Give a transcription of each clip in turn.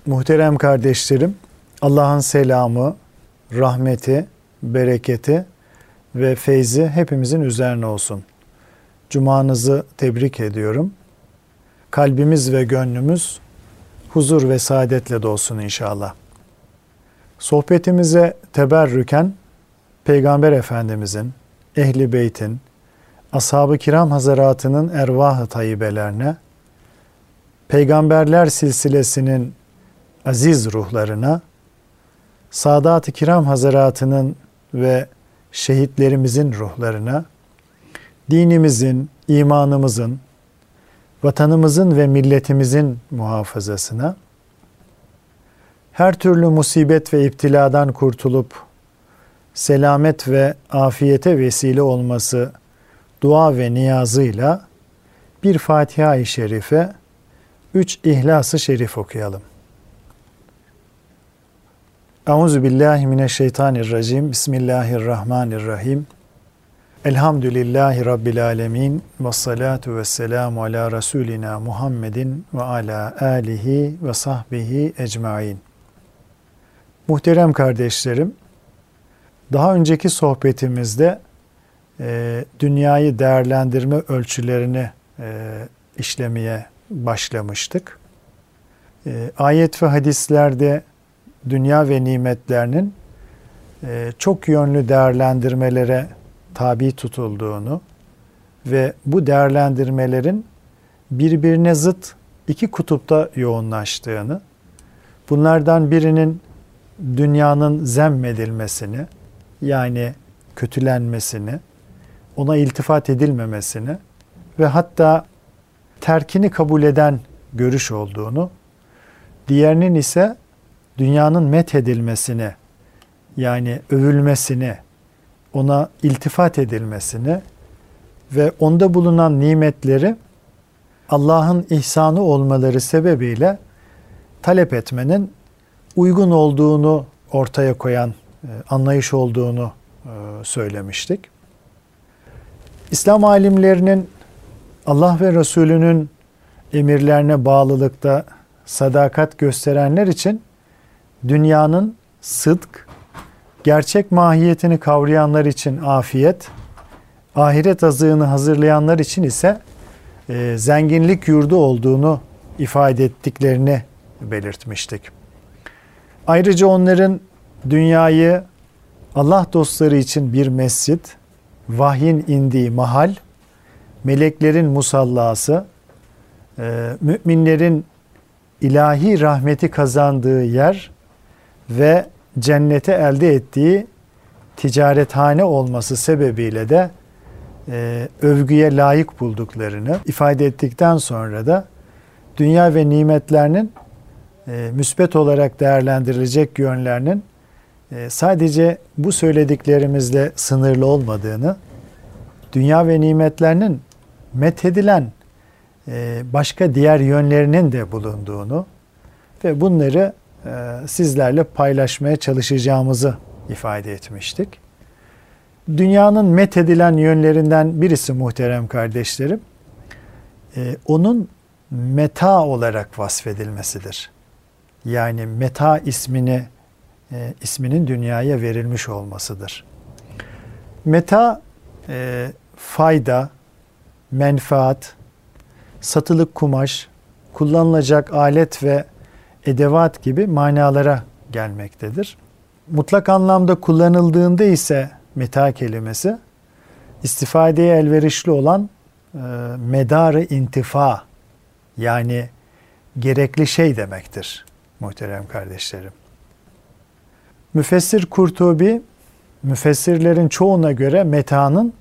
Muhterem kardeşlerim, Allah'ın selamı, rahmeti, bereketi ve feyzi hepimizin üzerine olsun. Cumanızı tebrik ediyorum. Kalbimiz ve gönlümüz huzur ve saadetle dolsun inşallah. Sohbetimize teberrüken Peygamber Efendimizin, Ehl-i Beyt'in, Ashab-ı Kiram Hazaratının ervah-ı tayyibelerine, Peygamberler silsilesinin aziz ruhlarına, Sadat-ı Kiram Hazaratının ve şehitlerimizin ruhlarına, dinimizin, imanımızın, vatanımızın ve milletimizin muhafazasına, her türlü musibet ve iptiladan kurtulup selamet ve afiyete vesile olması dua ve niyazıyla bir Fatiha-i Şerife, 3 İhlas-ı Şerif okuyalım. Euzubillahimineşşeytanirracim. Bismillahirrahmanirrahim. Elhamdülillahi Rabbil alemin. Vessalatu vesselamu ala Resulina Muhammedin ve ala alihi ve sahbihi ecmain. Muhterem kardeşlerim, daha önceki sohbetimizde dünyayı değerlendirme ölçülerini işlemeye başlamıştık. Ayet ve hadislerde dünya ve nimetlerinin çok yönlü değerlendirmelere tabi tutulduğunu ve bu değerlendirmelerin birbirine zıt iki kutupta yoğunlaştığını, bunlardan birinin dünyanın zemmedilmesini, yani kötülenmesini, ona iltifat edilmemesini ve hatta terkini kabul eden görüş olduğunu, diğerinin ise dünyanın methedilmesini, yani övülmesini, ona iltifat edilmesini ve onda bulunan nimetleri Allah'ın ihsanı olmaları sebebiyle talep etmenin uygun olduğunu ortaya koyan anlayış olduğunu söylemiştik. İslam alimlerinin Allah ve Resulünün emirlerine bağlılıkta sadakat gösterenler için dünyanın sıdk, gerçek mahiyetini kavrayanlar için afiyet, ahiret azığını hazırlayanlar için ise zenginlik yurdu olduğunu ifade ettiklerini belirtmiştik. Ayrıca onların dünyayı Allah dostları için bir mescit, vahyin indiği mahal, meleklerin musallası, müminlerin ilahi rahmeti kazandığı yer ve cennete elde ettiği ticarethane olması sebebiyle de övgüye layık bulduklarını ifade ettikten sonra da dünya ve nimetlerinin müsbet olarak değerlendirilecek yönlerinin sadece bu söylediklerimizle sınırlı olmadığını, dünya ve nimetlerinin methedilen başka diğer yönlerinin de bulunduğunu ve bunları sizlerle paylaşmaya çalışacağımızı ifade etmiştik. Dünyanın methedilen yönlerinden birisi muhterem kardeşlerim, onun meta olarak vasfedilmesidir. Yani meta isminin dünyaya verilmiş olmasıdır. Meta, fayda, menfaat, satılık kumaş, kullanılacak alet ve edevat gibi manalara gelmektedir. Mutlak anlamda kullanıldığında ise meta kelimesi, istifadeye elverişli olan medarı intifa, yani gerekli şey demektir muhterem kardeşlerim. Müfessir Kurtubi, müfessirlerin çoğuna göre metanın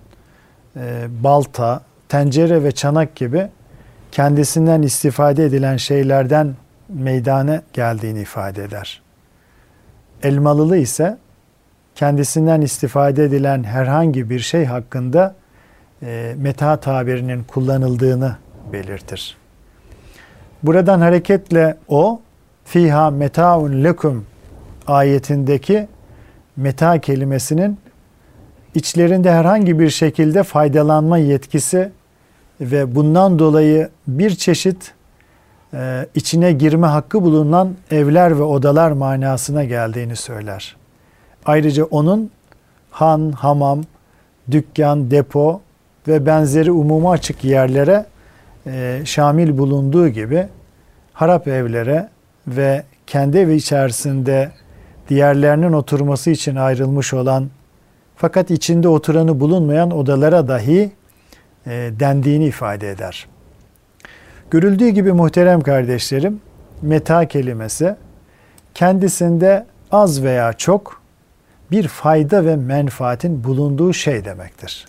balta, tencere ve çanak gibi kendisinden istifade edilen şeylerden meydana geldiğini ifade eder. Elmalılı ise kendisinden istifade edilen herhangi bir şey hakkında meta tabirinin kullanıldığını belirtir. Buradan hareketle o, fiha metaun lekum ayetindeki meta kelimesinin içlerinde herhangi bir şekilde faydalanma yetkisi ve bundan dolayı bir çeşit içine girme hakkı bulunan evler ve odalar manasına geldiğini söyler. Ayrıca onun han, hamam, dükkan, depo ve benzeri umuma açık yerlere şamil bulunduğu gibi harap evlere ve kendi evi içerisinde diğerlerinin oturması için ayrılmış olan fakat içinde oturanı bulunmayan odalara dahi dendiğini ifade eder. Görüldüğü gibi muhterem kardeşlerim, meta kelimesi kendisinde az veya çok bir fayda ve menfaatin bulunduğu şey demektir.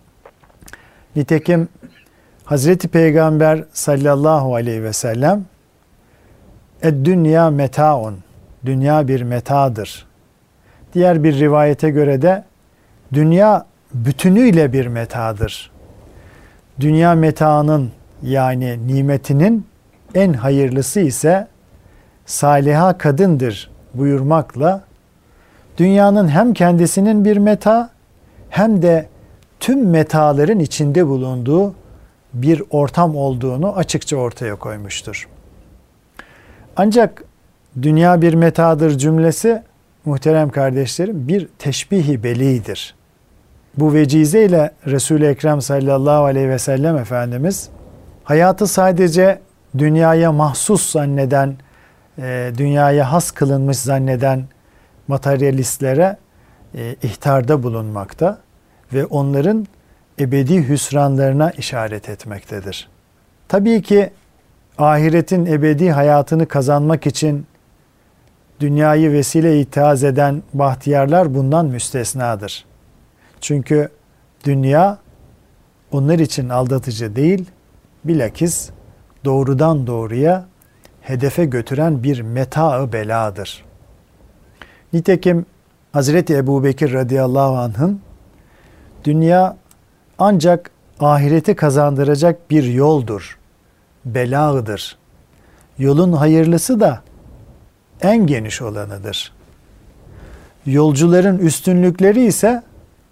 Nitekim Hazreti Peygamber sallallahu aleyhi ve sellem "Ed-dünya metaun", dünya bir metadır. Diğer bir rivayete göre de dünya bütünüyle bir metadır. Dünya metaının yani nimetinin en hayırlısı ise saliha kadındır buyurmakla dünyanın hem kendisinin bir meta hem de tüm metaların içinde bulunduğu bir ortam olduğunu açıkça ortaya koymuştur. Ancak dünya bir metadır cümlesi muhterem kardeşlerim bir teşbih-i beliğidir. Bu vecize ile Resul-i Ekrem sallallahu aleyhi ve sellem Efendimiz hayatı sadece dünyaya mahsus zanneden, dünyaya has kılınmış zanneden materyalistlere ihtarda bulunmakta ve onların ebedi hüsranlarına işaret etmektedir. Tabii ki ahiretin ebedi hayatını kazanmak için dünyayı vesile itiraz eden bahtiyarlar bundan müstesnadır. Çünkü dünya onlar için aldatıcı değil, bilakis doğrudan doğruya hedefe götüren bir meta-ı beladır. Nitekim Hazreti Ebubekir radıyallahu anh'ın dünya ancak ahireti kazandıracak bir yoldur, belağıdır. Yolun hayırlısı da en geniş olanıdır. Yolcuların üstünlükleri ise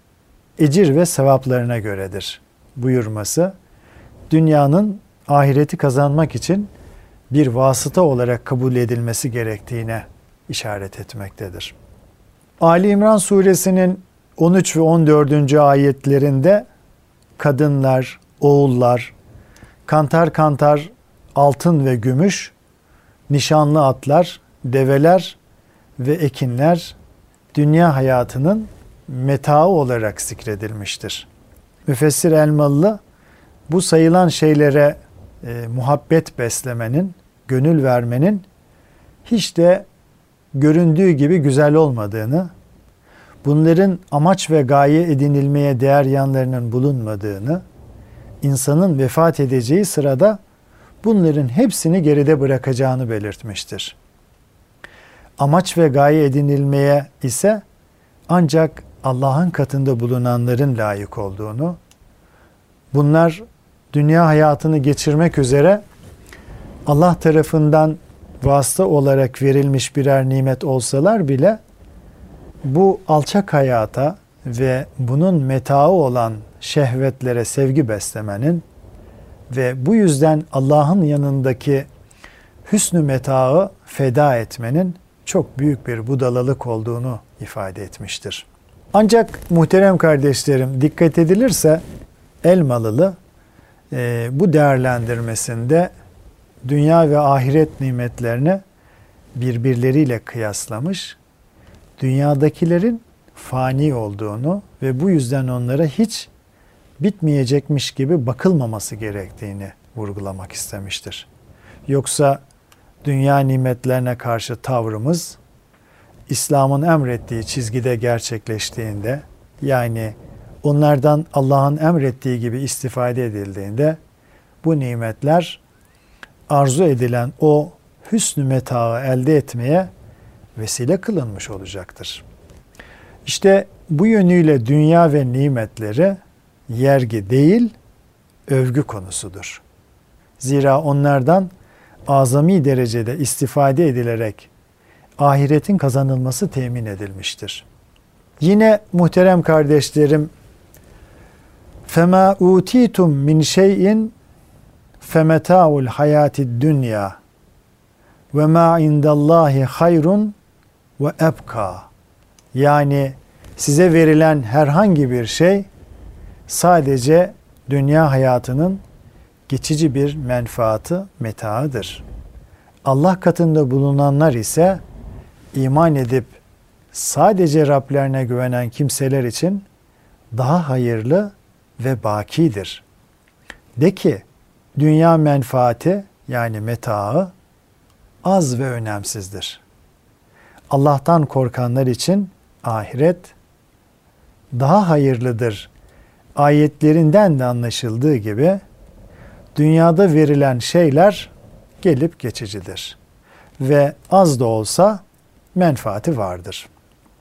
ecir ve sevaplarına göredir buyurması, dünyanın ahireti kazanmak için bir vasıta olarak kabul edilmesi gerektiğine işaret etmektedir. Ali İmran suresinin 13 ve 14. ayetlerinde kadınlar, oğullar, kantar kantar altın ve gümüş, nişanlı atlar, develer ve ekinler dünya hayatının metaı olarak zikredilmiştir. Müfessir Elmalı bu sayılan şeylere muhabbet beslemenin, gönül vermenin hiç de göründüğü gibi güzel olmadığını, bunların amaç ve gaye edinilmeye değer yanlarının bulunmadığını, insanın vefat edeceği sırada bunların hepsini geride bırakacağını belirtmiştir. Amaç ve gaye edinilmeye ise ancak Allah'ın katında bulunanların layık olduğunu, bunlar dünya hayatını geçirmek üzere Allah tarafından vasıta olarak verilmiş birer nimet olsalar bile bu alçak hayata ve bunun metaı olan şehvetlere sevgi beslemenin ve bu yüzden Allah'ın yanındaki hüsnü metaı feda etmenin çok büyük bir budalalık olduğunu ifade etmiştir. Ancak muhterem kardeşlerim dikkat edilirse Elmalılı bu değerlendirmesinde dünya ve ahiret nimetlerini birbirleriyle kıyaslamış, dünyadakilerin fani olduğunu ve bu yüzden onlara hiç bitmeyecekmiş gibi bakılmaması gerektiğini vurgulamak istemiştir. Yoksa dünya nimetlerine karşı tavrımız İslam'ın emrettiği çizgide gerçekleştiğinde, yani onlardan Allah'ın emrettiği gibi istifade edildiğinde bu nimetler arzu edilen o hüsnü metaı elde etmeye vesile kılınmış olacaktır. İşte bu yönüyle dünya ve nimetleri yergi değil, övgü konusudur. Zira onlardan azami derecede istifade edilerek ahiretin kazanılması temin edilmiştir. Yine muhterem kardeşlerim, فَمَا اُوْتِيتُمْ مِنْ شَيْءٍ femeta'ul hayatid dünya ve ma indallahi hayrun ve ebka. Yani size verilen herhangi bir şey sadece dünya hayatının geçici bir menfaatı, metaıdır. Allah katında bulunanlar ise iman edip sadece Rablerine güvenen kimseler için daha hayırlı ve bakidir. De ki, dünya menfaati yani metaı az ve önemsizdir. Allah'tan korkanlar için ahiret daha hayırlıdır. Ayetlerinden de anlaşıldığı gibi dünyada verilen şeyler gelip geçicidir. Ve az da olsa menfaati vardır.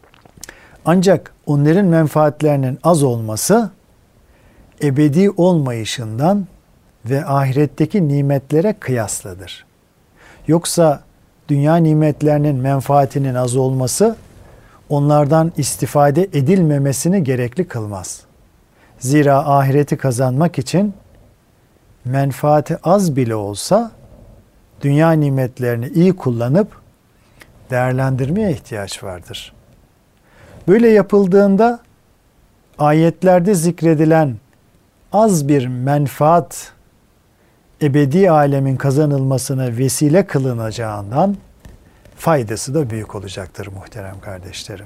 Ancak onların menfaatlerinin az olması ebedi olmayışından ve ahiretteki nimetlere kıyasladır. Yoksa dünya nimetlerinin menfaatinin az olması onlardan istifade edilmemesini gerekli kılmaz. Zira ahireti kazanmak için menfaati az bile olsa dünya nimetlerini iyi kullanıp değerlendirmeye ihtiyaç vardır. Böyle yapıldığında ayetlerde zikredilen az bir menfaat ebedi alemin kazanılmasına vesile kılınacağından faydası da büyük olacaktır muhterem kardeşlerim.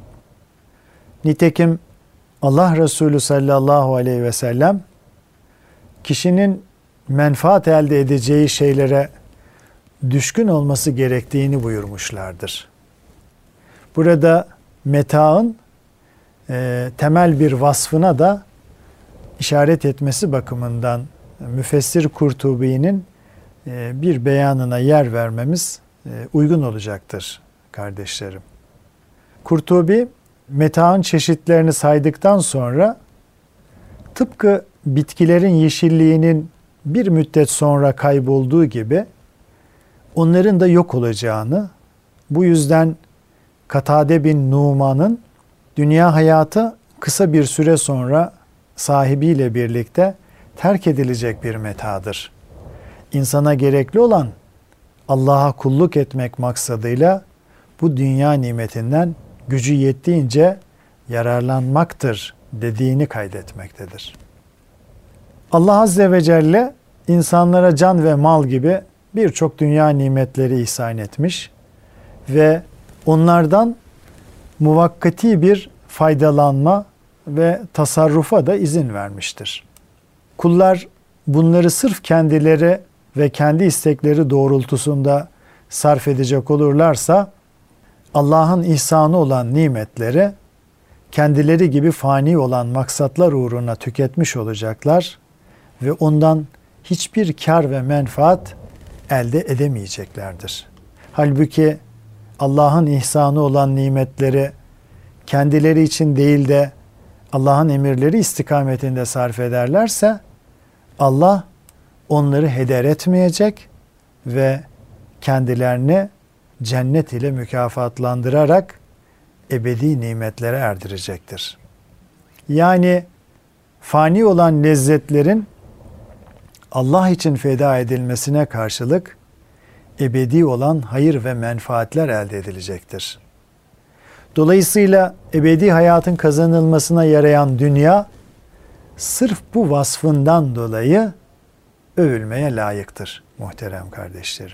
Nitekim Allah Resulü sallallahu aleyhi ve sellem kişinin menfaat elde edeceği şeylere düşkün olması gerektiğini buyurmuşlardır. Burada metaın temel bir vasfına da işaret etmesi bakımından Müfessir Kurtubi'nin bir beyanına yer vermemiz uygun olacaktır kardeşlerim. Kurtubi metaın çeşitlerini saydıktan sonra tıpkı bitkilerin yeşilliğinin bir müddet sonra kaybolduğu gibi onların da yok olacağını, bu yüzden Katade bin Numan'ın dünya hayatı kısa bir süre sonra sahibiyle birlikte terk edilecek bir metadır. İnsana gerekli olan Allah'a kulluk etmek maksadıyla bu dünya nimetinden gücü yettiğince yararlanmaktır dediğini kaydetmektedir. Allah Azze ve Celle insanlara can ve mal gibi birçok dünya nimetleri ihsan etmiş ve onlardan muvakkati bir faydalanma ve tasarrufa da izin vermiştir. Kullar bunları sırf kendileri ve kendi istekleri doğrultusunda sarf edecek olurlarsa Allah'ın ihsanı olan nimetleri kendileri gibi fani olan maksatlar uğruna tüketmiş olacaklar ve ondan hiçbir kar ve menfaat elde edemeyeceklerdir. Halbuki Allah'ın ihsanı olan nimetleri kendileri için değil de Allah'ın emirleri istikametinde sarf ederlerse Allah onları heder etmeyecek ve kendilerini cennet ile mükafatlandırarak ebedi nimetlere erdirecektir. Yani fani olan lezzetlerin Allah için feda edilmesine karşılık ebedi olan hayır ve menfaatler elde edilecektir. Dolayısıyla ebedi hayatın kazanılmasına yarayan dünya sırf bu vasfından dolayı övülmeye layıktır muhterem kardeşlerim.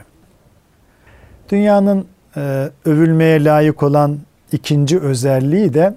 Dünyanın övülmeye layık olan ikinci özelliği de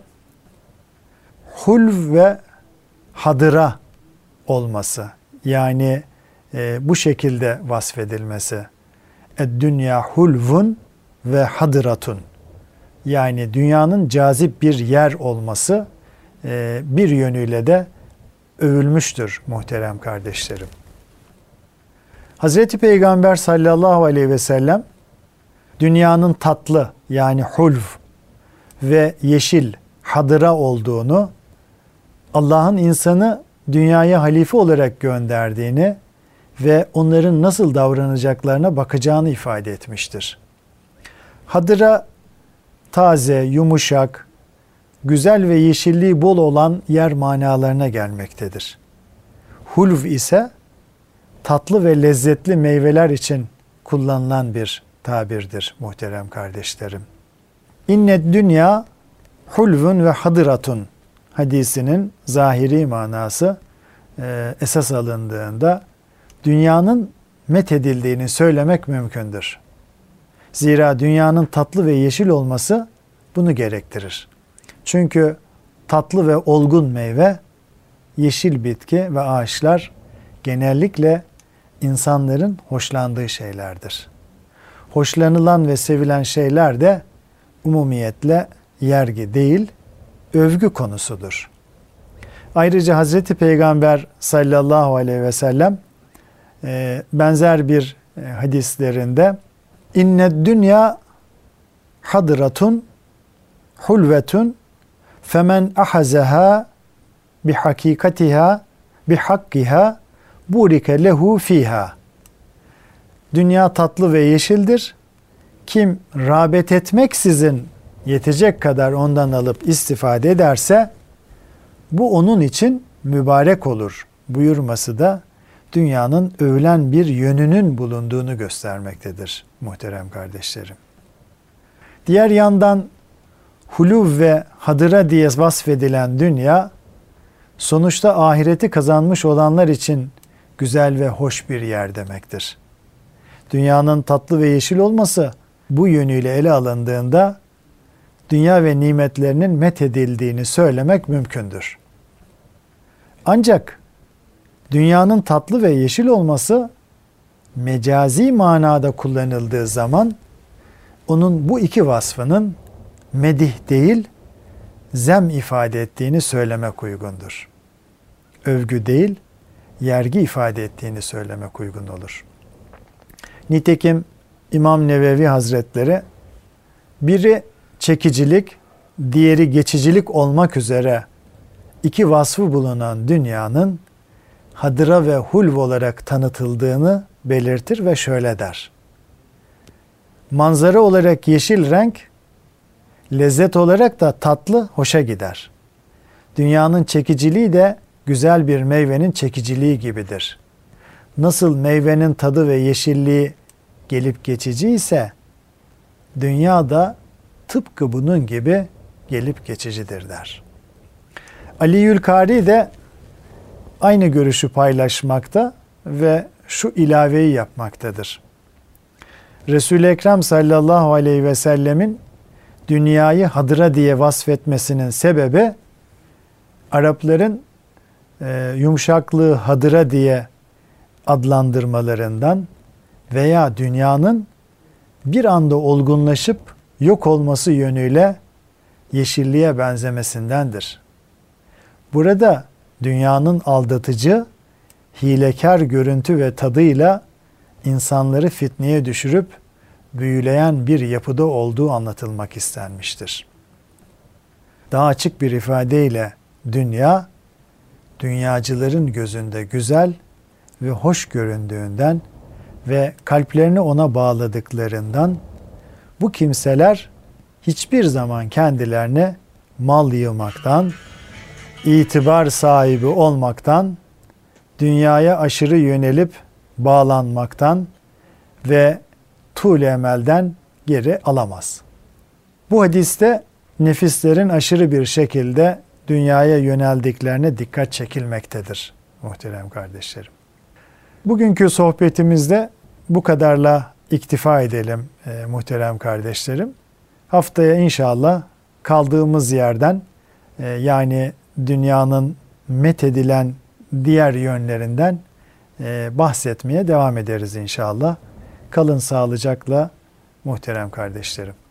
hulv ve hadıra olması. Yani bu şekilde vasfedilmesi. Dünya hulvun ve hadıratun. Yani dünyanın cazip bir yer olması bir yönüyle de övülmüştür muhterem kardeşlerim. Hazreti Peygamber sallallahu aleyhi ve sellem dünyanın tatlı yani hulv ve yeşil hadıra olduğunu, Allah'ın insanı dünyaya halife olarak gönderdiğini ve onların nasıl davranacaklarına bakacağını ifade etmiştir. Hadıra taze, yumuşak, güzel ve yeşilliği bol olan yer manalarına gelmektedir. Hulv ise tatlı ve lezzetli meyveler için kullanılan bir tabirdir muhterem kardeşlerim. İnned dünya hulvun ve hadıratun hadisinin zahiri manası esas alındığında dünyanın methedildiğini söylemek mümkündür. Zira dünyanın tatlı ve yeşil olması bunu gerektirir. Çünkü tatlı ve olgun meyve, yeşil bitki ve ağaçlar genellikle insanların hoşlandığı şeylerdir. Hoşlanılan ve sevilen şeyler de umumiyetle yergi değil, övgü konusudur. Ayrıca Hazreti Peygamber sallallahu aleyhi ve sellem benzer bir hadislerinde İnned dünya hadratun hulvetun femen ahazaha bihakkiha burike lehu fiha. Dünya tatlı ve yeşildir. Kim rağbet etmeksizin yetecek kadar ondan alıp istifade ederse bu onun için mübarek olur buyurması da dünyanın övülen bir yönünün bulunduğunu göstermektedir muhterem kardeşlerim. Diğer yandan huluv ve hadıra diye vasfedilen dünya sonuçta ahireti kazanmış olanlar için güzel ve hoş bir yer demektir. Dünyanın tatlı ve yeşil olması bu yönüyle ele alındığında dünya ve nimetlerinin methedildiğini söylemek mümkündür. Ancak dünyanın tatlı ve yeşil olması mecazi manada kullanıldığı zaman onun bu iki vasfının medih değil, zem ifade ettiğini söylemek uygundur. Övgü değil, yergi ifade ettiğini söylemek uygun olur. Nitekim İmam Nevevi Hazretleri biri çekicilik, diğeri geçicilik olmak üzere iki vasfı bulunan dünyanın hadıra ve hulv olarak tanıtıldığını belirtir ve şöyle der. Manzara olarak yeşil renk, lezzet olarak da tatlı, hoşa gider. Dünyanın çekiciliği de güzel bir meyvenin çekiciliği gibidir. Nasıl meyvenin tadı ve yeşilliği gelip geçici ise, dünya da tıpkı bunun gibi gelip geçicidir der. Aliülkari de aynı görüşü paylaşmakta ve şu ilaveyi yapmaktadır. Resul-i Ekrem sallallahu aleyhi ve sellemin dünyayı hadıra diye vasfetmesinin sebebi Arapların yumuşaklığı hadıra diye adlandırmalarından veya dünyanın bir anda olgunlaşıp yok olması yönüyle yeşilliğe benzemesindendir. Burada dünyanın aldatıcı, hilekar görüntü ve tadıyla insanları fitneye düşürüp büyüleyen bir yapıda olduğu anlatılmak istenmiştir. Daha açık bir ifadeyle dünya, dünyacıların gözünde güzel ve hoş göründüğünden ve kalplerini ona bağladıklarından bu kimseler hiçbir zaman kendilerine mal yığmaktan, itibar sahibi olmaktan, dünyaya aşırı yönelip bağlanmaktan ve tuğ-i emelden geri alamaz. Bu hadiste nefislerin aşırı bir şekilde dünyaya yöneldiklerine dikkat çekilmektedir muhterem kardeşlerim. Bugünkü sohbetimizde bu kadarla iktifa edelim muhterem kardeşlerim. Haftaya inşallah kaldığımız yerden yani dünyanın methedilen diğer yönlerinden bahsetmeye devam ederiz inşallah. Kalın sağlıcakla muhterem kardeşlerim.